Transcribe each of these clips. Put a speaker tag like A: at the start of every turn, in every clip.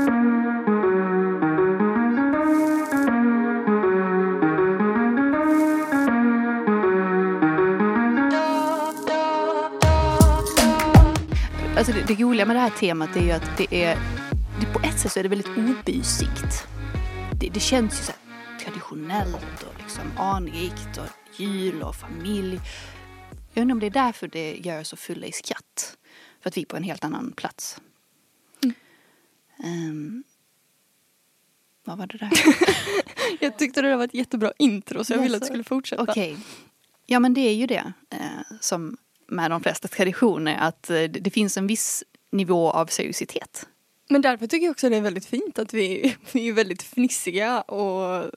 A: Alltså det roliga med det här temat är ju att det på ett sätt så är det väldigt obysigt. Det känns ju så här traditionellt och liksom anrikt och jul och familj. Jag undrar om det är därför det gör så fulla i skratt. För att vi är på en helt annan plats. Vad var det där?
B: Jag tyckte det var ett jättebra intro så jag ville att du skulle fortsätta.
A: Okej. Ja, men det är ju det som med de flesta traditioner, att det finns en viss nivå av seriositet.
B: Men därför tycker jag också det är väldigt fint att vi är väldigt fnissiga och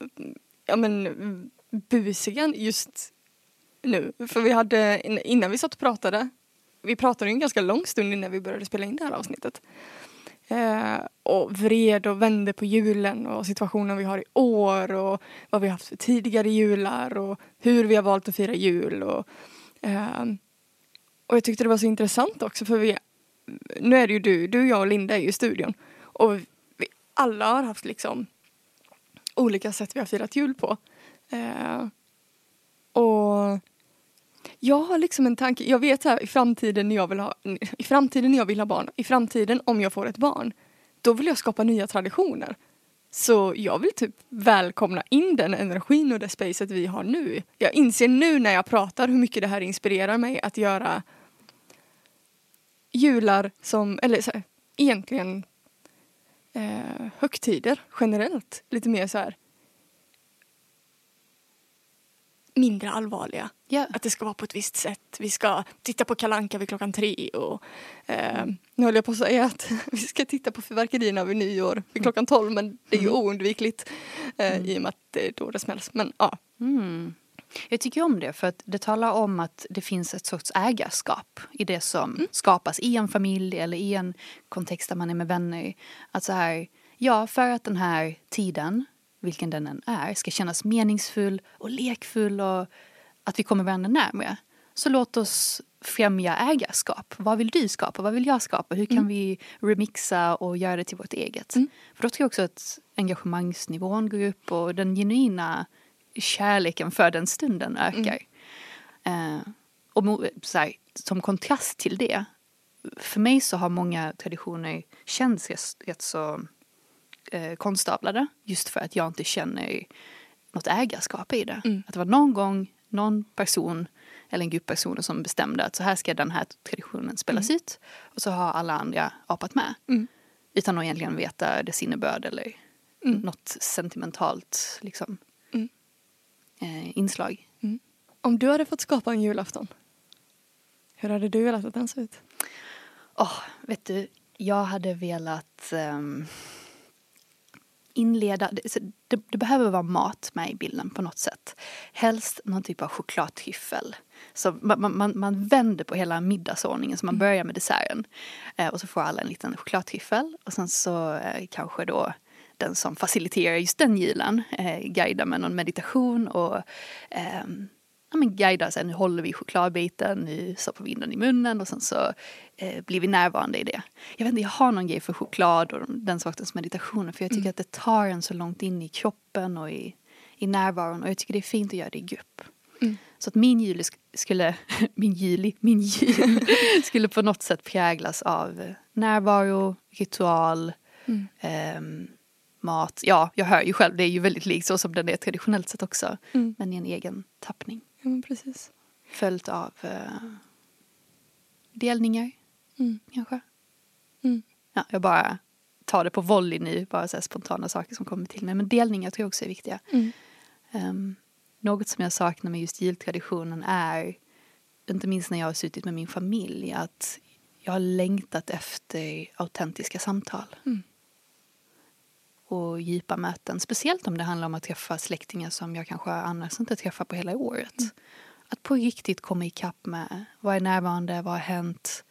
B: busiga just nu. För vi hade, innan vi satt och pratade, vi pratade en ganska lång stund innan vi började spela in det här avsnittet. Och vred och vände på julen och situationen vi har i år och vad vi har haft för tidigare jular och hur vi har valt att fira jul och jag tyckte det var så intressant också för nu är det ju du, jag och Linda är ju i studion och vi alla har haft liksom olika sätt vi har firat jul på och jag har liksom en tanke, jag vet här i framtiden när jag vill ha barn, i framtiden om jag får ett barn, då vill jag skapa nya traditioner. Så jag vill typ välkomna in den energin och det spacet vi har nu. Jag inser nu när jag pratar hur mycket det här inspirerar mig att göra jular som, eller så här, egentligen högtider generellt. Lite mer så här mindre allvarliga.
A: Yeah.
B: Att det ska vara på ett visst sätt. Vi ska titta på Kalle Anka vid 3:00 och nu håller jag på att säga att vi ska titta på fyrverkerierna vid nyår vid 12:00 men det är ju oundvikligt i och med att det är då det smälls. Men ja.
A: Jag tycker om det för att det talar om att det finns ett sorts ägarskap i det som skapas i en familj eller i en kontext där man är med vänner. Att så här, ja, för att den här tiden, vilken den än är, ska kännas meningsfull och lekfull och att vi kommer varandra närmare. Så låt oss främja ägarskap. Vad vill du skapa? Vad vill jag skapa? Hur kan vi remixa och göra det till vårt eget? För då tror jag också att engagemangsnivån går upp och den genuina kärleken för den stunden ökar. Och så här, som kontrast till det, för mig så har många traditioner känts rätt så konstavlade just för att jag inte känner något ägarskap i det. Att det var någon gång någon person eller en grupp personer som bestämde att så här ska den här traditionen spelas ut och så har alla andra apat med utan att egentligen veta dess innebörd eller något sentimentalt liksom inslag.
B: Om du hade fått skapa en julafton, hur hade du velat att den ser ut?
A: Vet du, jag hade velat inleda, det behöver vara mat med i bilden på något sätt. Helst någon typ av chokladtryffel. Så man vänder på hela middagsordningen, så man börjar med desserten. Och så får alla en liten chokladtryffel. Och sen så kanske då den som faciliterar just den julen guidar med någon meditation och guidar sig. Nu håller vi chokladbiten, nu stoppar vi in den i munnen och sen så blir vi närvarande i det. Jag vet inte, jag har någon grej för choklad och den sortens meditationer för jag tycker att det tar en så långt in i kroppen och i närvaron och jag tycker det är fint att göra det i grupp. Så att min jul skulle på något sätt präglas av närvaro, ritual, mat. Ja, jag hör ju själv, det är ju väldigt likt så som den är traditionellt sett också. Men i en egen tappning.
B: Ja, men precis.
A: Följt av delningar, kanske. Ja, jag bara tar det på volley nu, bara så här spontana saker som kommer till mig. Men delningar tror jag också är viktiga. Något som jag saknar med just jultraditionen är, inte minst när jag har suttit med min familj, att jag har längtat efter autentiska samtal. Och djupa möten. Speciellt om det handlar om att träffa släktingar som jag kanske annars inte träffar på hela året. Att på riktigt komma ikapp med vad är närvarande, vad har hänt.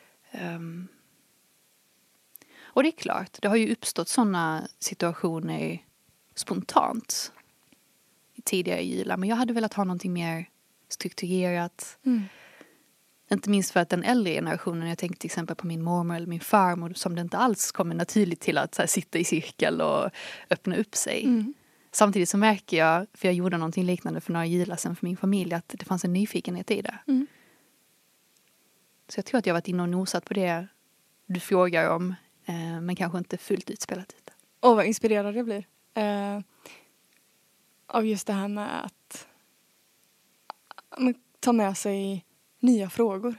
A: Och det är klart, det har ju uppstått sådana situationer spontant i tidigare jular. Men jag hade velat ha någonting mer strukturerat. Inte minst för att den äldre generationen, jag tänker till exempel på min mormor eller min farmor, som det inte alls kommer naturligt till att så här, sitta i cirkel och öppna upp sig. Samtidigt så märker jag, för jag gjorde någonting liknande för några jular sedan för min familj, att det fanns en nyfikenhet i det. Så jag tror att jag varit inne och nosat på det du frågar om, men kanske inte fullt utspelat ut det.
B: Åh, vad inspirerad jag blir. Av just det här med att ta med sig nya frågor.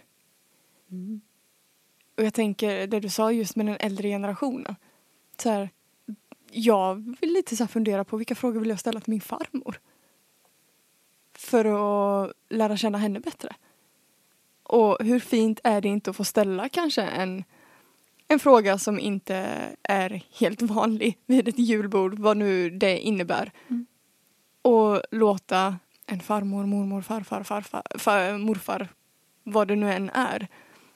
B: Och jag tänker, det du sa just med den äldre generationen. Så här, jag vill lite så här fundera på vilka frågor vill jag ställa till min farmor. För att lära känna henne bättre. Och hur fint är det inte att få ställa kanske en fråga som inte är helt vanlig vid ett julbord, vad nu det innebär. Och låta en farmor, mormor, farfar, morfar, vad det nu än är,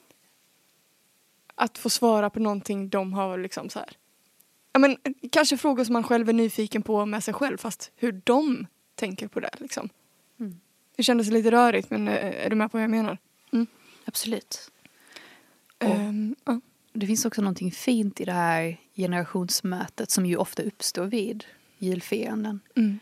B: att få svara på någonting de har liksom så här. Ja, men kanske frågor som man själv är nyfiken på med sig själv, fast hur de tänker på det liksom. Det kändes lite rörigt, men är du med på vad jag menar?
A: Absolut. Och det finns också någonting fint i det här generationsmötet som ju ofta uppstår vid julfiranden.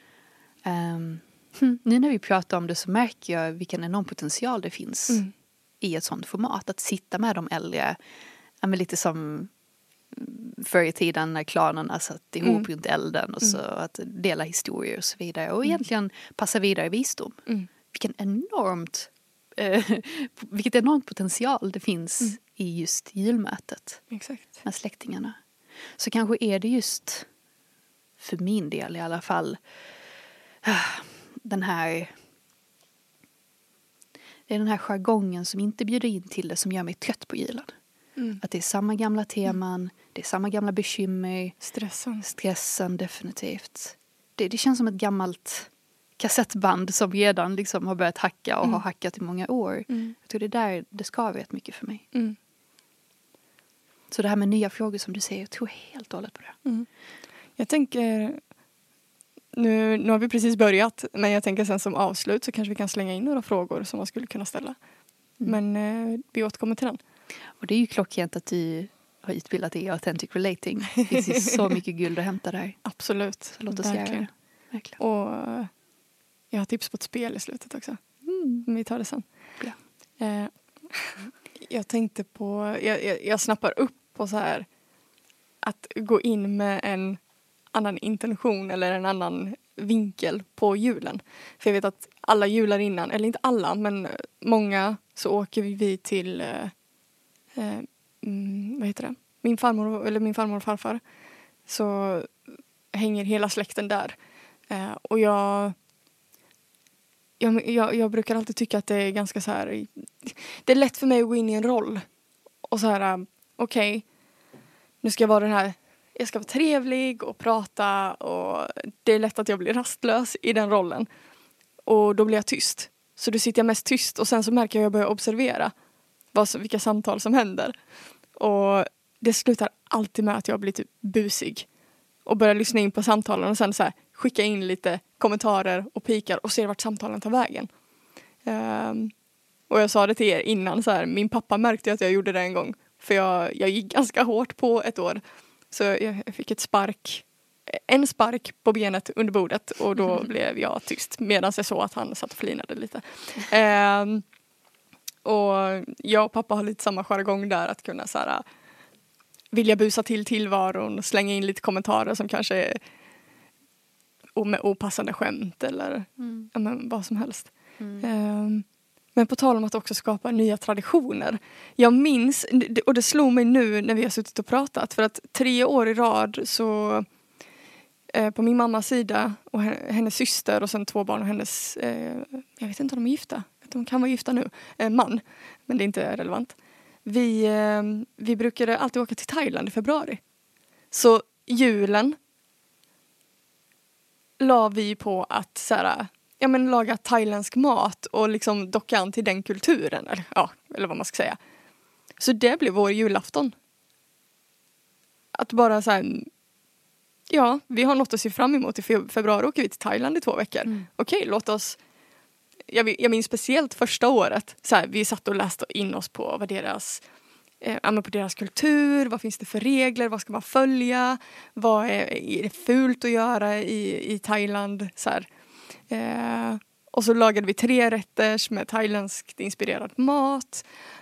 A: Nu när vi pratar om det så märker jag vilken enorm potential det finns i ett sånt format. Att sitta med de äldre, lite som förr i tiden när klanerna satt ihop runt elden och så att dela historier och så vidare. Och egentligen passa vidare visdom. Vilket enormt potential det finns i just julmötet.
B: Exakt.
A: Med släktingarna. Så kanske är det just, för min del i alla fall, den här jargongen som inte bjuder in till det, som gör mig trött på julen. Att det är samma gamla teman, det är samma gamla bekymmer. Stressen definitivt. Det känns som ett gammalt kassettband som redan liksom har börjat hacka och har hackat i många år. Jag tror det är där det skaver rätt mycket för mig. Så det här med nya frågor som du säger, jag tror helt dåligt på det.
B: Jag tänker, nu har vi precis börjat, men jag tänker sen som avslut så kanske vi kan slänga in några frågor som man skulle kunna ställa. Men vi återkommer till den.
A: Och det är ju klockrent att du har utbildat dig i authentic relating. Det finns ju så mycket guld att hämta där.
B: Absolut.
A: Så låt oss göra det. Verkligen.
B: Och jag har tips på ett spel i slutet också. Men vi tar det sen.
A: Ja.
B: Jag tänkte på, jag snappar upp på så här, att gå in med en annan intention eller en annan vinkel på julen. För jag vet att alla jular innan, eller inte alla, men många, så åker vi till vad heter det? Min farmor och farfar. Så hänger hela släkten där. Och jag brukar alltid tycka att det är ganska så här, det är lätt för mig att gå in i en roll. Och så här, okej, nu ska jag vara den här, jag ska vara trevlig och prata, och det är lätt att jag blir rastlös i den rollen. Och då blir jag tyst. Så då sitter jag mest tyst, och sen så märker jag att jag börjar observera vilka samtal som händer. Och det slutar alltid med att jag blir typ busig. Och börjar lyssna in på samtalen och sen så här, skicka in lite kommentarer och pikar och ser vart samtalen tar vägen. Och jag sa det till er innan, så här, min pappa märkte att jag gjorde det en gång. För jag gick ganska hårt på ett år. Så jag fick en spark på benet under bordet, och då blev jag tyst. Medan jag såg att han satt och flinade lite. Och jag och pappa har lite samma jargong där, att kunna så här, vilja busa till tillvaron och slänga in lite kommentarer som kanske är med opassande skämt eller vad som helst. Men på tal om att också skapa nya traditioner. Jag minns, och det slog mig nu när vi har suttit och pratat, för att 3 år i rad så på min mammas sida och hennes syster och sen 2 barn och hennes, jag vet inte om de är gifta, de kan vara gifta nu, man, men det är inte relevant. Vi brukade alltid åka till Thailand i februari. Så julen la vi på att så här, laga thailändsk mat och liksom docka an till den kulturen. Eller vad man ska säga. Så det blev vår julafton. Att bara så här, vi har något att se fram emot. I februari åker vi till Thailand i 2 veckor. Okej, låt oss jag minns speciellt första året. Så här, vi satt och läste in oss på vad på deras kultur. Vad finns det för regler? Vad ska man följa? Vad är det fult att göra i Thailand? Så här. Och så lagade vi 3 rätter med thailändskt inspirerad mat.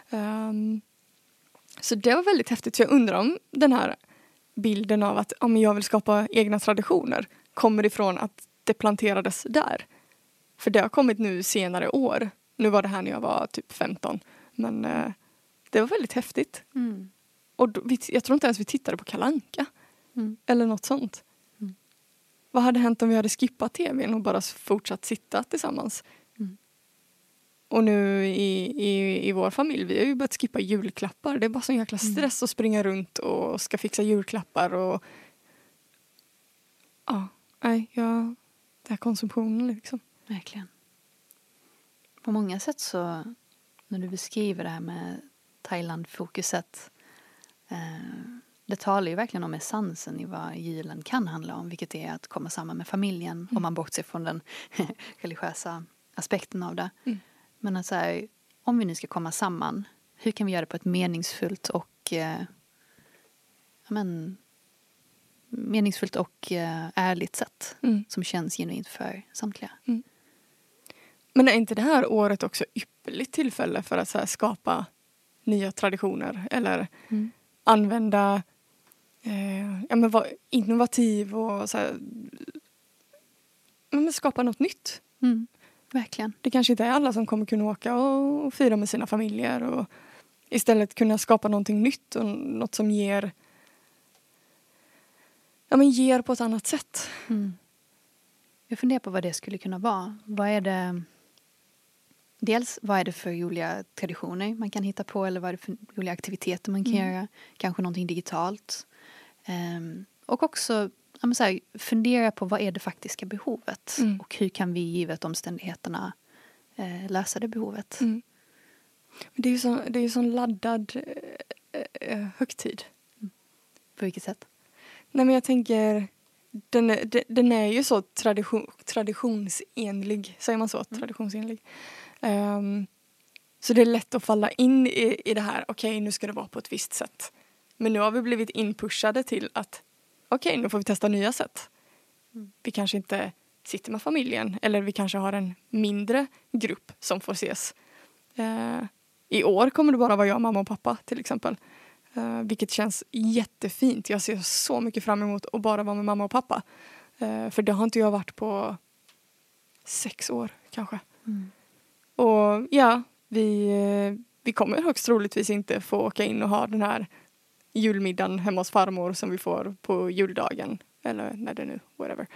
B: Så det var väldigt häftigt. Så jag undrar om den här bilden av att jag vill skapa egna traditioner kommer ifrån att det planterades där. För det har kommit nu senare år. Nu var det här när jag var typ 15. Men det var väldigt häftigt.
A: Mm.
B: Och jag tror inte ens vi tittade på Kalle Anka. Eller något sånt. Vad hade hänt om vi hade skippat tvn och bara fortsatt sitta tillsammans? Och nu i vår familj, vi har ju börjat skippa julklappar. Det är bara sån jäkla stress att springa runt och ska fixa julklappar. Och det här konsumtionen liksom.
A: Verkligen. På många sätt så, när du beskriver det här med Thailand-fokuset, det talar ju verkligen om essensen i vad julen kan handla om, vilket är att komma samman med familjen, om man bortser från den religiösa aspekten av det. Men att så här, om vi nu ska komma samman, hur kan vi göra det på ett meningsfullt och ärligt sätt som känns genuint för samtliga.
B: Men är inte det här året också ypperligt tillfälle för att så här, skapa nya traditioner eller använda vara innovativ och så här, skapa något nytt?
A: Verkligen.
B: Det kanske inte är alla som kommer kunna åka och fira med sina familjer och istället kunna skapa någonting nytt och något som ger på ett annat sätt.
A: Jag funderar på vad det skulle kunna vara. Vad är det för roliga traditioner man kan hitta på, eller vad är det för roliga aktiviteter man kan göra? Kanske någonting digitalt. Och också fundera på vad är det faktiska behovet och hur kan vi givet omständigheterna lösa det behovet.
B: Det är ju sån laddad högtid.
A: På vilket sätt?
B: Nej, men jag tänker den är ju så traditionsenlig, säger man så? Traditionsenlig. Så det är lätt att falla in i det här, okej, nu ska det vara på ett visst sätt. Men nu har vi blivit inpushade till att okej, nu får vi testa nya sätt. Vi kanske inte sitter med familjen, eller vi kanske har en mindre grupp som får ses. I år kommer det bara vara jag, mamma och pappa till exempel. Vilket känns jättefint. Jag ser så mycket fram emot att bara vara med mamma och pappa. För det har inte jag varit på 6 år kanske. Och ja, vi kommer högst troligtvis inte få åka in och ha den här julmiddagen hemma hos farmor som vi får på juldagen. Eller när det är nu, whatever.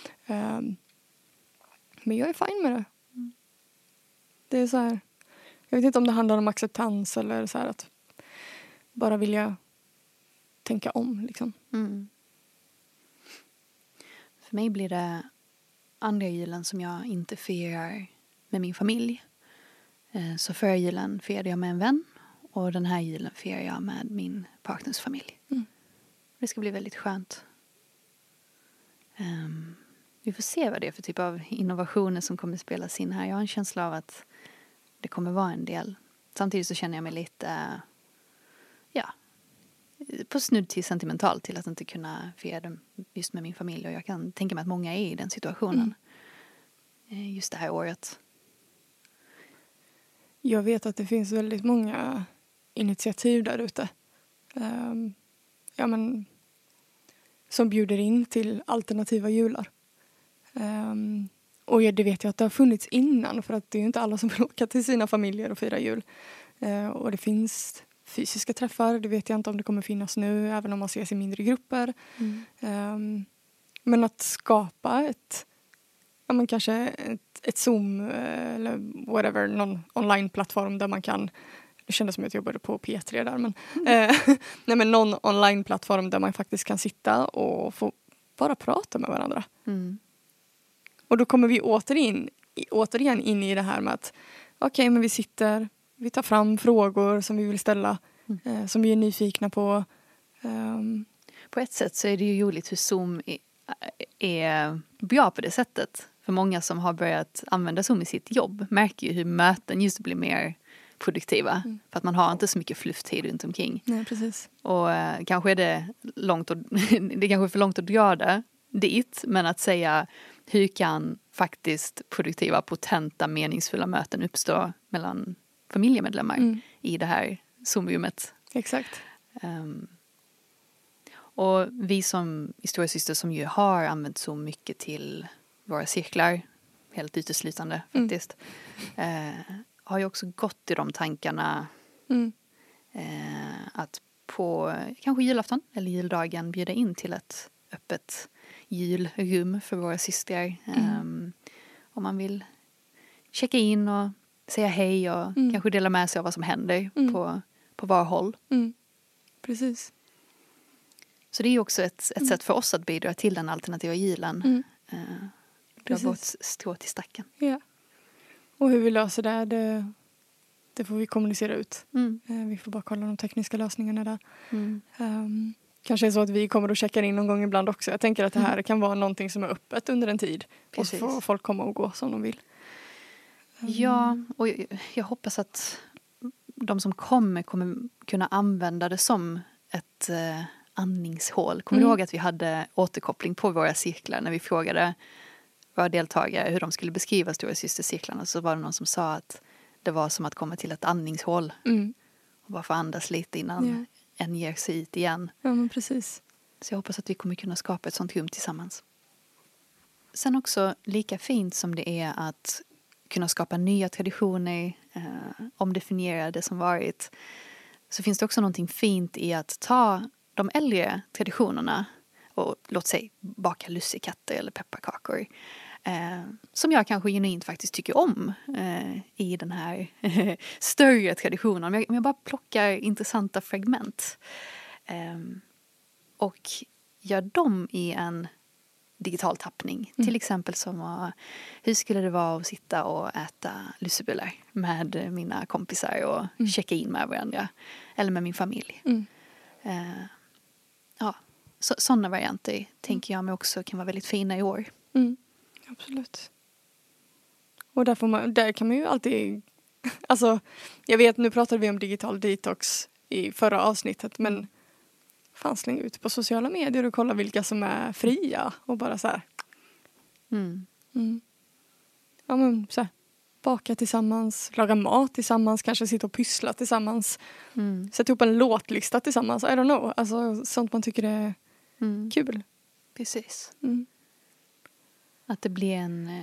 B: Men jag är fine med det. Det är så här, jag vet inte om det handlar om acceptans eller så här att bara vilja tänka om liksom.
A: För mig blir det andra julen som jag inte firar med min familj. Så förra julen firade jag med en vän. Och den här julen firar jag med min partners familj. Det ska bli väldigt skönt. Vi får se vad det är för typ av innovationer som kommer spelas in här. Jag har en känsla av att det kommer vara en del. Samtidigt så känner jag mig lite på snudd till sentimental till att inte kunna fira dem just med min familj. Och jag kan tänka mig att många är i den situationen just det här året.
B: Jag vet att det finns väldigt många initiativ där ute. Som bjuder in till alternativa jular. Och det vet jag att det har funnits innan, för att det är ju inte alla som vill åka till sina familjer och fira jul. Och det finns fysiska träffar, det vet jag inte om det kommer finnas nu, även om man ses i mindre grupper. Men att skapa kanske ett Zoom eller whatever, någon online-plattform där man kan, det kändes som att jag jobbade på P3 där, men någon online-plattform där man faktiskt kan sitta och få bara prata med varandra. Och då kommer vi återigen in i det här med att okej, men vi tar fram frågor som vi vill ställa, som vi är nyfikna på.
A: På ett sätt så är det ju roligt hur Zoom är bra på det sättet. för många som har börjat använda Zoom i sitt jobb märker ju hur möten just blir mer produktiva. För att man har inte så mycket flufftid runt omkring.
B: Nej, precis.
A: Och kanske är det långt och, det kanske är för långt att dra det dit. Men att säga hur kan faktiskt produktiva, potenta, meningsfulla möten uppstå mellan familjemedlemmar i det här Zoom-rummet.
B: Exakt.
A: Och vi som historiesyster som ju har använt så mycket till våra cirklar, helt uteslutande faktiskt, har ju också gått i de tankarna att på kanske julafton eller juldagen bjuda in till ett öppet julrum för våra systrar. Om man vill checka in och säga hej och kanske dela med sig av vad som händer på var håll.
B: Precis.
A: Så det är ju också ett sätt för oss att bidra till den alternativa julen. Dra vårt strå till stacken.
B: Ja. Och hur vi löser det får vi kommunicera ut. Vi får bara kolla de tekniska lösningarna där. Kanske är så att vi kommer och checkar in någon gång ibland också. Jag tänker att det här kan vara någonting som är öppet under en tid. Precis. Och så får folk komma och gå som de vill.
A: Ja, och jag hoppas att de som kommer kunna använda det som ett andningshål. Kommer du ihåg att vi hade återkoppling på våra cirklar när vi frågade våra deltagare hur de skulle beskriva Stora systercirklarna, så var det någon som sa att det var som att komma till ett andningshål och bara få andas lite innan en ger sig ut igen.
B: Ja, men precis.
A: Så jag hoppas att vi kommer kunna skapa ett sånt rum tillsammans. Sen också lika fint som det är att kunna skapa nya traditioner, omdefiniera det som varit, så finns det också någonting fint i att ta de äldre traditionerna och låt säga baka lussekatter eller pepparkakor som jag kanske genuint faktiskt tycker om i den här större traditionen. Om jag bara plockar intressanta fragment och gör dem i en digital tappning. Till exempel som hur skulle det vara att sitta och äta lussebullar med mina kompisar och checka in med varandra. Eller med min familj. Sådana varianter tänker jag mig också kan vara väldigt fina i år.
B: Absolut. Och där kan man ju alltid, alltså jag vet, nu pratade vi om digital detox i förra avsnittet, men fan, släng ut på sociala medier och kolla vilka som är fria och bara så här. Ja, men så här, baka tillsammans, laga mat tillsammans, kanske sitta och pyssla tillsammans, sätta ihop en låtlista tillsammans, I don't know, alltså sånt man tycker är kul.
A: Precis. Att det blir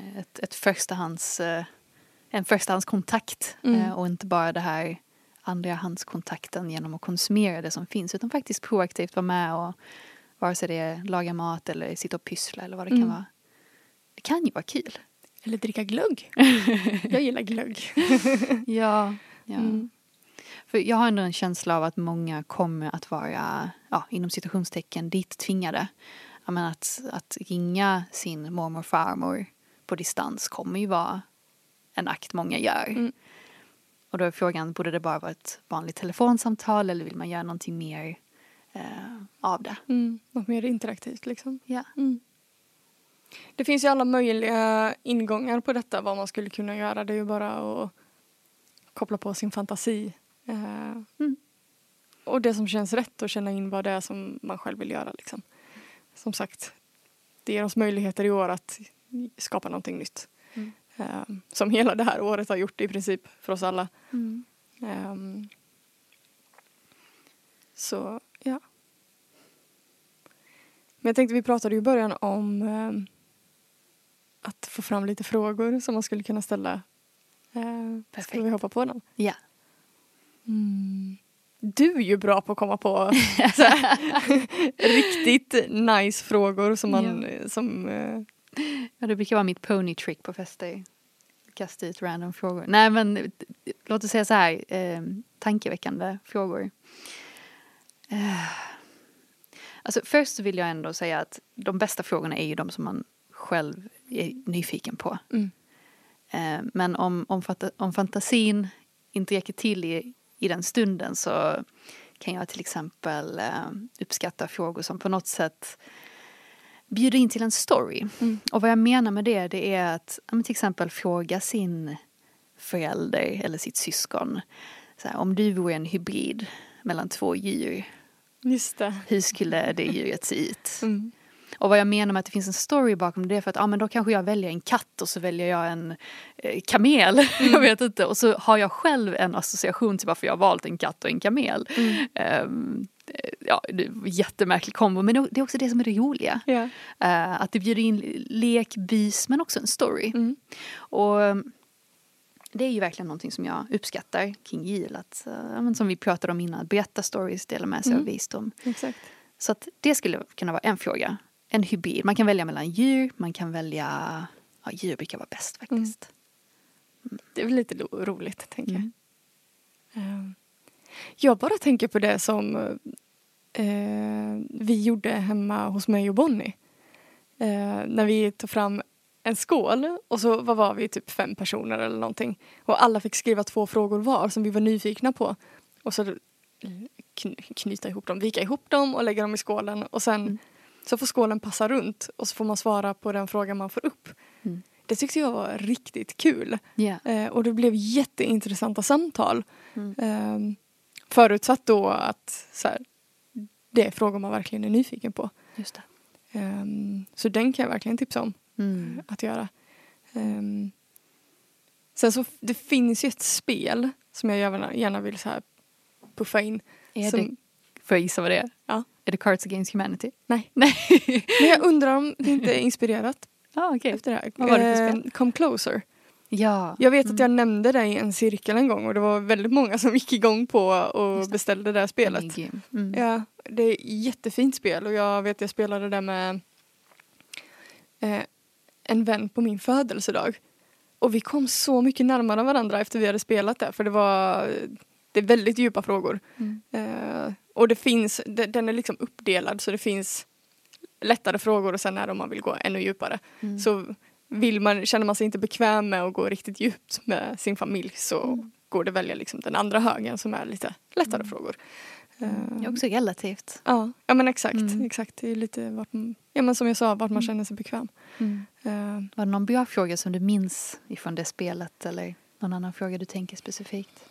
A: en förstahandskontakt och inte bara det här andrahandskontakten genom att konsumera det som finns, utan faktiskt proaktivt vara med och vare sig det är laga mat eller sitta och pyssla eller vad det kan vara. Det kan ju vara kul.
B: Eller dricka glögg. Jag gillar glögg.
A: Ja. För jag har ändå en känsla av att många kommer att vara, inom citationstecken, dit tvingade. Jag menar att ringa sin mormor och farmor på distans kommer ju vara en akt många gör. Och då är frågan, borde det bara vara ett vanligt telefonsamtal eller vill man göra någonting mer av det?
B: Något mer interaktivt liksom.
A: Ja.
B: Det finns ju alla möjliga ingångar på detta, vad man skulle kunna göra. Det är ju bara att koppla på sin fantasi. Och det som känns rätt, och känna in vad det är som man själv vill göra liksom. Som sagt, det ger oss möjligheter i år att skapa någonting nytt. Som hela det här året har gjort i princip för oss alla. Så, ja. Men jag tänkte, vi pratade ju i början om att få fram lite frågor som man skulle kunna ställa.
A: Perfekt.
B: Ska vi hoppa på den? Ja. Du är ju bra på att komma på riktigt nice frågor som man...
A: Ja, det brukar vara mitt pony trick på fester. Kasta ut random frågor. Nej, men låt oss säga så här. Tankeväckande frågor. Alltså först så vill jag ändå säga att de bästa frågorna är ju de som man själv är nyfiken på. Men om fantasin inte räcker till i den stunden, så kan jag till exempel uppskatta frågor som på något sätt bjuda in till en story. Och vad jag menar med det är att till exempel fråga sin förälder eller sitt syskon. Så här, om du vore en hybrid mellan 2 djur.
B: Just det.
A: Hur skulle det djuret se ut? Och vad jag menar med att det finns en story bakom det är för att men då kanske jag väljer en katt och så väljer jag en kamel. Jag vet inte. Och så har jag själv en association till varför jag har valt en katt och en kamel. Det är en jättemärklig kombo. Men det är också det som är det roliga.
B: Yeah.
A: Att det bjuder in lek, bys men också en story. Och det är ju verkligen någonting som jag uppskattar kring jul. Att, som vi pratade om innan, berätta stories, dela med sig av visdom.
B: Exakt.
A: Så att det skulle kunna vara en fråga. En hybrid. Man kan välja mellan djur. Man kan välja... Ja, djur brukar vara bäst faktiskt.
B: Det är väl lite roligt, tänker jag. Jag bara tänker på det som vi gjorde hemma hos mig och Bonnie. När vi tog fram en skål och så var vi typ 5 personer eller någonting. Och alla fick skriva 2 frågor var som vi var nyfikna på. Och så knyta ihop dem, vika ihop dem och lägga dem i skålen. Och sen så får skålen passa runt och så får man svara på den frågan man får upp. Det tyckte jag var riktigt kul.
A: Yeah.
B: Och det blev jätteintressanta samtal. Förutsatt då att så här, det är frågor man verkligen är nyfiken på.
A: Just det.
B: Så den kan jag verkligen tipsa om att göra. Sen så det finns ju ett spel som jag gärna vill så här puffa in.
A: Får jag gissa vad det är?
B: Ja.
A: Är det Cards Against Humanity?
B: Nej. Men jag undrar om det inte är inspirerat efter det här.
A: Vad var det för spel?
B: Come Closer.
A: Ja.
B: Jag vet att jag nämnde det i en cirkel en gång och det var väldigt många som gick igång på och beställde det här spelet. Ja, det är ett jättefint spel och jag vet att jag spelade det med en vän på min födelsedag. Och vi kom så mycket närmare varandra efter vi hade spelat det. För det är väldigt djupa frågor. Och den är liksom uppdelad så det finns lättare frågor och sen är det om man vill gå ännu djupare. Så känner man sig inte bekväm med att gå riktigt djupt med sin familj så går det att välja liksom den andra högen som är lite lättare frågor.
A: Det är också relativt.
B: Ja men exakt. Det är lite men som jag sa, vart man känner sig bekväm.
A: Var det någon bra fråga som du minns ifrån det spelet eller någon annan fråga du tänker specifikt?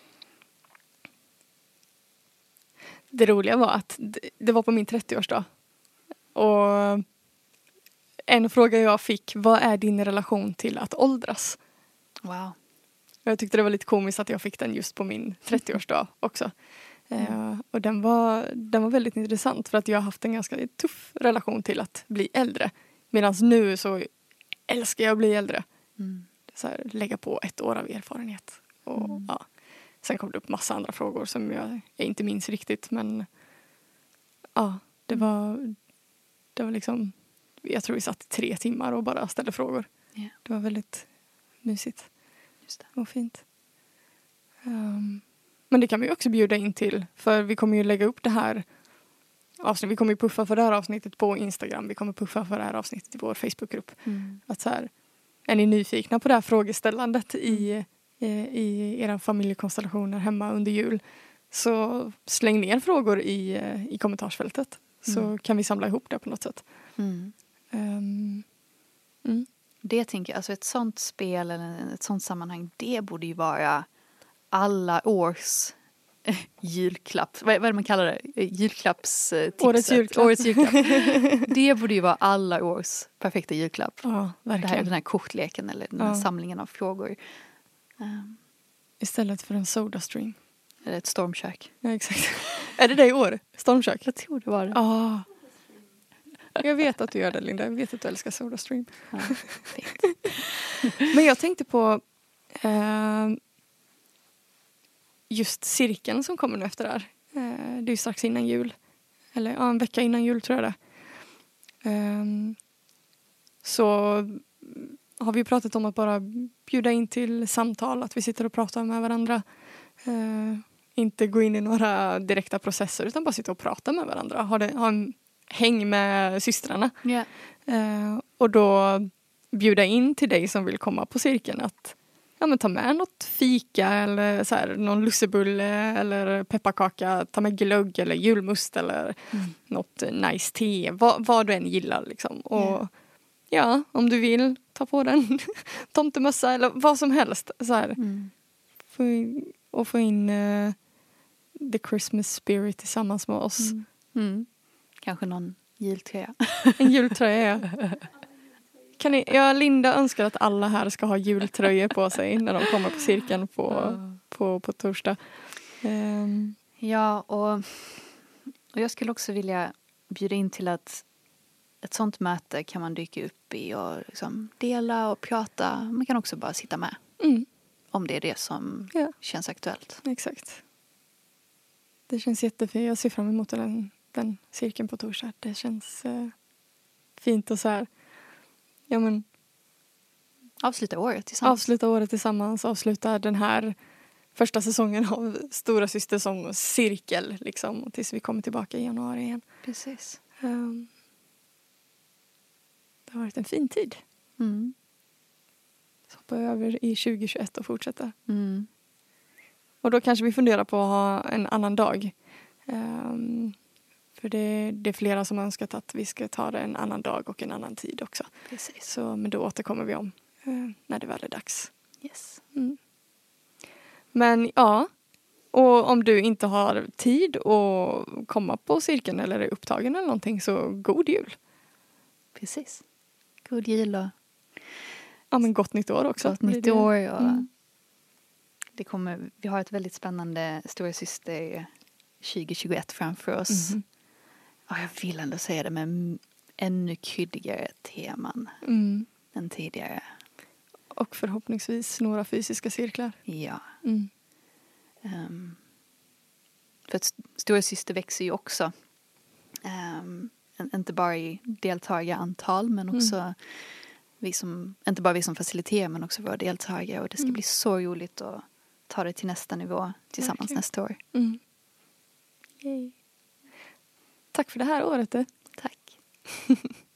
B: Det roliga var att det var på min 30-årsdag. Och en fråga jag fick, vad är din relation till att åldras?
A: Wow.
B: Jag tyckte det var lite komiskt att jag fick den just på min 30-årsdag också. Och den var väldigt intressant för att jag har haft en ganska tuff relation till att bli äldre. Medan nu så älskar jag att bli äldre. Så här, lägga på 1 år av erfarenhet. Och, sen kom det upp massa andra frågor som jag inte minns riktigt. Men det var liksom, jag tror vi satt i 3 timmar och bara ställde frågor.
A: Yeah.
B: Det var väldigt mysigt.
A: Just det.
B: Och fint. Men det kan vi också bjuda in till. För vi kommer ju lägga upp det här avsnittet. Vi kommer ju puffa för det här avsnittet på Instagram. Vi kommer puffa för det här avsnittet i vår Facebookgrupp. Att så här, är ni nyfikna på det här frågeställandet i era familjekonstellationer hemma under jul, så släng ner frågor i kommentarsfältet. Så kan vi samla ihop det på något sätt.
A: Det tänker jag, alltså ett sånt spel eller ett sånt sammanhang, det borde ju vara alla års julklapp. Vad är det man kallar det? Julklappstipset.
B: Årets julklapp.
A: Det borde ju vara alla års perfekta julklapp.
B: Ja, verkligen.
A: Den här kortleken eller den här samlingen av frågor.
B: Istället för en SodaStream.
A: Eller ett stormkök.
B: Ja, exakt. Är det i år? Stormkök?
A: Jag tror det var det.
B: Ja. Jag vet att du gör det, Linda. Jag vet att du älskar SodaStream.
A: Ja, fint.
B: Men jag tänkte på just cirkeln som kommer nu efter det här. Det är ju strax innan jul. Eller en vecka innan jul tror jag det. Så har vi pratat om att bara bjuda in till samtal. Att vi sitter och pratar med varandra. Inte gå in i några direkta processer utan bara sitta och prata med varandra. Ha en häng med systrarna.
A: Yeah.
B: Och då bjuda in till dig som vill komma på cirkeln att men ta med något fika eller så här, någon lussebulle eller pepparkaka. Ta med glögg eller julmust eller något nice te. Vad du än gillar liksom. Och ja, om du vill, ta på den tomtemössa eller vad som helst. Så här. Få in the Christmas spirit tillsammans med oss.
A: Kanske någon jultröja.
B: En jultröja. Linda önskar att alla här ska ha jultröjor på sig när de kommer på cirkeln på torsdag.
A: Ja, och jag skulle också vilja bjuda in till att ett sånt möte kan man dyka upp i och liksom dela och prata. Man kan också bara sitta med. Om det är det som känns aktuellt.
B: Exakt. Det känns jättefint. Jag ser fram emot den cirkeln på torsdag. Det känns fint och så här. Ja, men
A: avsluta året tillsammans. Avsluta den här första säsongen av Stora Syster som cirkel liksom. Tills vi kommer tillbaka i januari igen. Precis.
B: Det har varit en fin tid. Så hoppar jag över i 2021 och fortsätter. Och då kanske vi funderar på att ha en annan dag. För det är flera som har önskat att vi ska ta det en annan dag och en annan tid också.
A: Precis.
B: Så, men då återkommer vi om när det väl är dags.
A: Yes.
B: Men ja, och om du inte har tid att komma på cirkeln eller är upptagen eller någonting så god jul.
A: Precis. God jul och
B: men gott nytt år också.
A: Gott nytt år och vi har ett väldigt spännande Stora Syster 2021 framför oss. Ja, jag vill ändå säga det med ännu kryddigare teman än tidigare.
B: Och förhoppningsvis några fysiska cirklar.
A: Ja. För att Stora Syster växer ju också. Inte bara i deltagarantal men också inte bara vi som faciliterar men också våra deltagare. Och det ska bli så roligt att ta det till nästa nivå tillsammans nästa år.
B: Yay. Tack för det här året.
A: Tack.